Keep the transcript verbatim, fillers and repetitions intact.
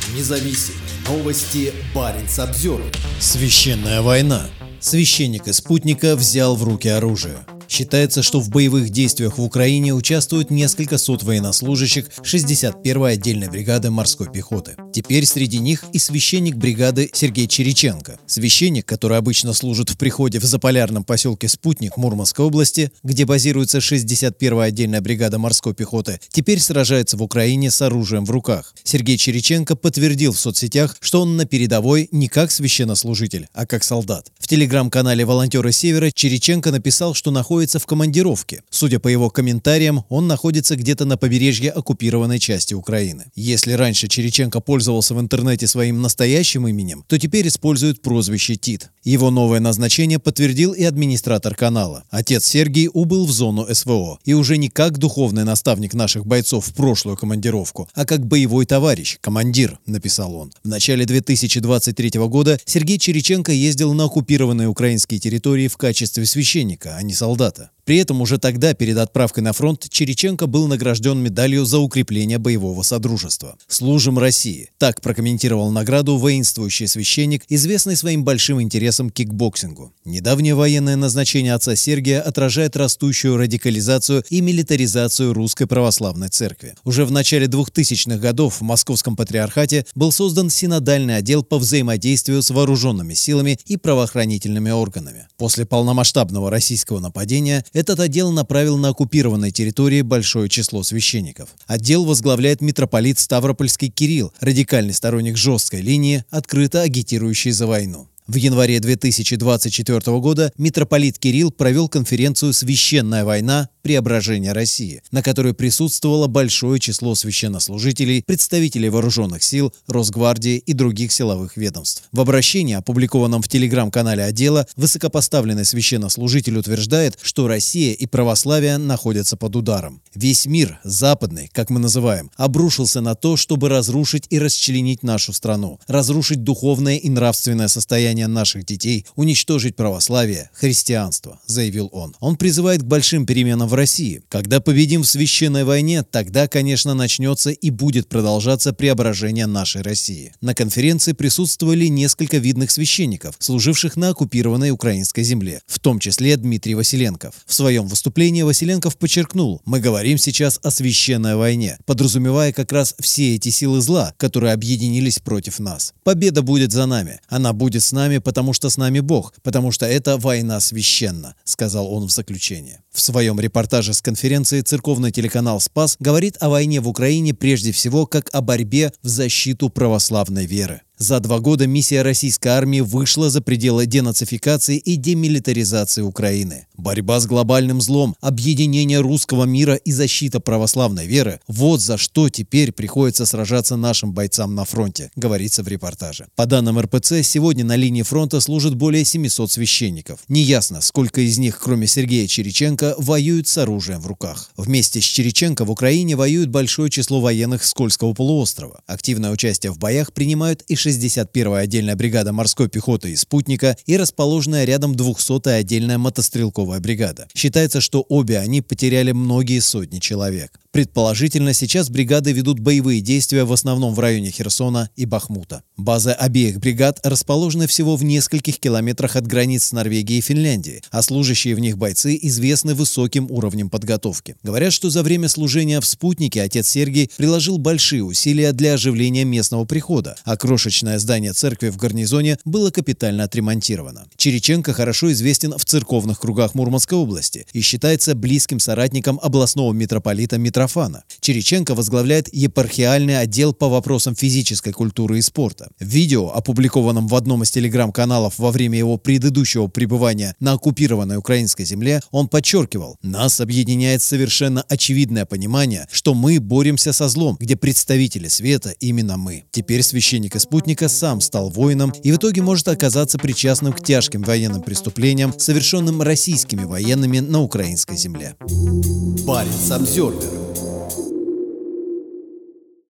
Независимые новости. Баренц-Обзервер. Священная война. Священник из спутника взял в руки оружие. Считается, что в боевых действиях в Украине участвуют несколько сот военнослужащих шестьдесят первой отдельной бригады морской пехоты. Теперь среди них и священник бригады Сергей Чириченко. Священник, который обычно служит в приходе в заполярном поселке Спутник Мурманской области, где базируется шестьдесят первая отдельная бригада морской пехоты, теперь сражается в Украине с оружием в руках. Сергей Чириченко подтвердил в соцсетях, что он на передовой не как священнослужитель, а как солдат. В телеграм-канале «Волонтеры Севера» Чириченко написал, что находится в командировке. Судя по его комментариям, он находится где-то на побережье оккупированной части Украины. Если раньше Чириченко пользовался в интернете своим настоящим именем, то теперь использует прозвище Тит. Его новое назначение подтвердил и администратор канала. Отец Сергий убыл в зону СВО. И уже не как духовный наставник наших бойцов в прошлую командировку, а как боевой товарищ, командир, написал он. В начале две тысячи двадцать третьего года Сергей Чириченко ездил на оккупированные украинские территории в качестве священника, а не солдата. При этом уже тогда, перед отправкой на фронт, Чириченко был награжден медалью за укрепление боевого содружества. «Служим России». Так прокомментировал награду воинствующий священник, известный своим большим интересом к кикбоксингу. Недавнее военное назначение отца Сергия отражает растущую радикализацию и милитаризацию Русской Православной Церкви. Уже в начале двухтысячных годов в Московском Патриархате был создан синодальный отдел по взаимодействию с вооруженными силами и правоохранительными органами. После полномасштабного российского нападения этот отдел направил на оккупированной территории большое число священников. Отдел возглавляет митрополит Ставропольский Кирилл, радикальный сторонник жесткой линии, открыто агитирующий за войну. В январе две тысячи двадцать четвёртого года митрополит Кирилл провел конференцию «Священная война. Преображение России», на которой присутствовало большое число священнослужителей, представителей вооруженных сил, Росгвардии и других силовых ведомств. В обращении, опубликованном в телеграм-канале отдела, высокопоставленный священнослужитель утверждает, что Россия и православие находятся под ударом. Весь мир, западный, как мы называем, обрушился на то, чтобы разрушить и расчленить нашу страну, разрушить духовное и нравственное состояние наших детей, уничтожить православие, христианство, заявил он. Он призывает к большим переменам в России. Когда победим в священной войне, тогда, конечно, начнется и будет продолжаться преображение нашей России. На конференции присутствовали несколько видных священников, служивших на оккупированной украинской земле, в том числе Дмитрий Василенков. В своем выступлении Василенков подчеркнул: «Мы говорим сейчас о священной войне», подразумевая как раз все эти силы зла, которые объединились против нас. Победа будет за нами. Она будет с нами, потому что с нами Бог, потому что это война священна, сказал он в заключении. В своем репортаже с конференции церковный телеканал «Спас» говорит о войне в Украине прежде всего как о борьбе в защиту православной веры. За два года миссия российской армии вышла за пределы денацификации и демилитаризации Украины. Борьба с глобальным злом, объединение русского мира и защита православной веры – вот за что теперь приходится сражаться нашим бойцам на фронте, говорится в репортаже. По данным эр пэ цэ, сегодня на линии фронта служат более семисот священников. Неясно, сколько из них, кроме Сергея Чириченко, воюют с оружием в руках. Вместе с Чириченко в Украине воюет большое число военных с Кольского полуострова. Активное участие в боях принимают и шестьдесят первая отдельная бригада морской пехоты из Спутника и расположенная рядом двухсотая отдельная мотострелковая бригада. Считается, что обе они потеряли многие сотни человек. Предположительно, сейчас бригады ведут боевые действия в основном в районе Херсона и Бахмута. Базы обеих бригад расположены всего в нескольких километрах от границ с Норвегией и Финляндией, а служащие в них бойцы известны высоким уровнем подготовки. Говорят, что за время служения в Спутнике отец Сергий приложил большие усилия для оживления местного прихода, а крошечное здание церкви в гарнизоне было капитально отремонтировано. Чириченко хорошо известен в церковных кругах Мурманской области и считается близким соратником областного митрополита Митрофана. Чириченко возглавляет епархиальный отдел по вопросам физической культуры и спорта. В видео, опубликованном в одном из телеграм-каналов во время его предыдущего пребывания на оккупированной украинской земле, он подчеркивал: «Нас объединяет совершенно очевидное понимание, что мы боремся со злом, где представители света именно мы». Теперь священник из Спутника сам стал воином и в итоге может оказаться причастным к тяжким военным преступлениям, совершенным российскими военными на украинской земле. Баренц-Обзервер.